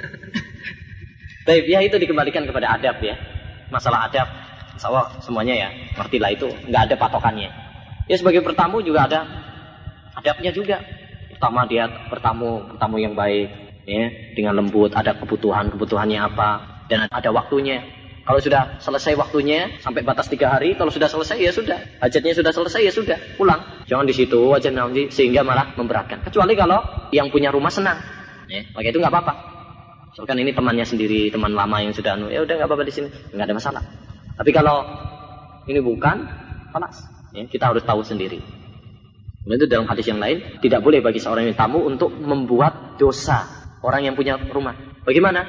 Baik, ya itu dikembalikan kepada adab ya. Masalah adab, insya Allah semuanya ya, ngertilah itu, nggak ada patokannya. Ya sebagai bertamu juga ada adabnya juga. Pertama dia bertamu, bertamu yang baik, ya, dengan lembut, ada kebutuhan-kebutuhannya apa, dan ada waktunya. Kalau sudah selesai waktunya, sampai batas tiga hari, kalau sudah selesai ya sudah, hajatnya sudah selesai ya sudah, pulang. Jangan di situ aja nanti sehingga malah memberatkan. Kecuali kalau yang punya rumah senang, ya, maka itu nggak apa-apa. Misalkan ini temannya sendiri, teman lama yang sudah, ya udah nggak apa-apa di sini, nggak ada masalah. Tapi kalau ini bukan, panas. Ya, kita harus tahu sendiri. Kemudian itu dalam hadis yang lain, tidak boleh bagi seorang yang tamu untuk membuat dosa orang yang punya rumah. Bagaimana?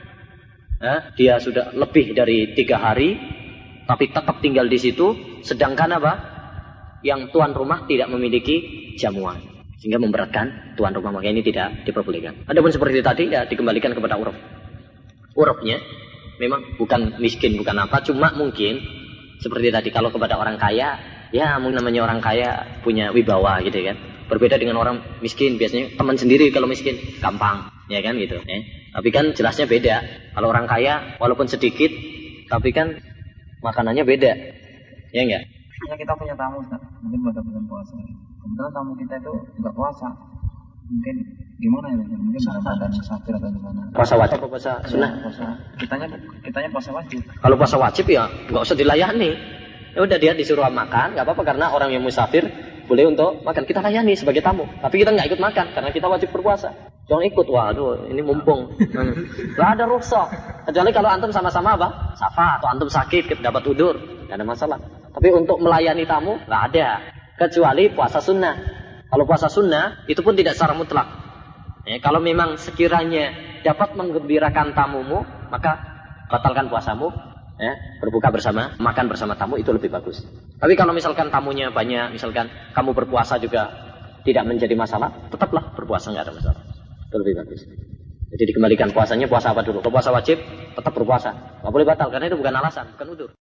Eh, dia sudah lebih dari tiga hari, tapi tetap tinggal di situ, sedangkan apa? Yang tuan rumah tidak memiliki jamuan, sehingga memberatkan tuan rumah. Maka ini tidak diperbolehkan. Adapun seperti tadi, ya dikembalikan kepada uruf. Urufnya memang bukan miskin, bukan apa, cuma mungkin seperti tadi kalau kepada orang kaya, ya mungkin namanya orang kaya punya wibawa gitu kan. Berbeda dengan orang miskin, biasanya teman sendiri kalau miskin gampang, ya kan gitu. Eh. Tapi kan jelasnya beda. Kalau orang kaya walaupun sedikit, tapi kan makanannya beda, ya enggak? Ya kita punya tamu, Ustaz. Mungkin pada bulan puasa. Kebetulan tamu kita itu nggak puasa. Mungkin gimana ya? Mungkin pada badan musafir atau gimana? Puasa wajib atau puasa sunnah? Puasa. Kitanya kitanya puasa wajib. Kalau puasa wajib ya nggak usah dilayani. Ya udah dia disuruh makan, nggak apa-apa karena orang yang musafir boleh untuk makan. Kita layani sebagai tamu, tapi kita nggak ikut makan karena kita wajib berpuasa. Jangan ikut, waduh ini mumpung. Nggak ada rukhsah. Kecuali kalau antum sama-sama apa? Safa atau antum sakit dapat udur, nggak ada masalah. Tapi untuk melayani tamu nggak ada. Kecuali puasa sunnah. Kalau puasa sunnah itu pun tidak secara mutlak. Ya, kalau memang sekiranya dapat menggembirakan tamumu, maka batalkan puasamu. Ya, berbuka bersama, makan bersama tamu itu lebih bagus. Tapi kalau misalkan tamunya banyak, misalkan kamu berpuasa juga tidak menjadi masalah, tetaplah berpuasa, nggak ada masalah. Itu lebih bagus. Jadi dikembalikan puasanya, puasa apa dulu? Kalau puasa wajib, tetap berpuasa. Nggak boleh batal, karena itu bukan alasan, bukan udzur.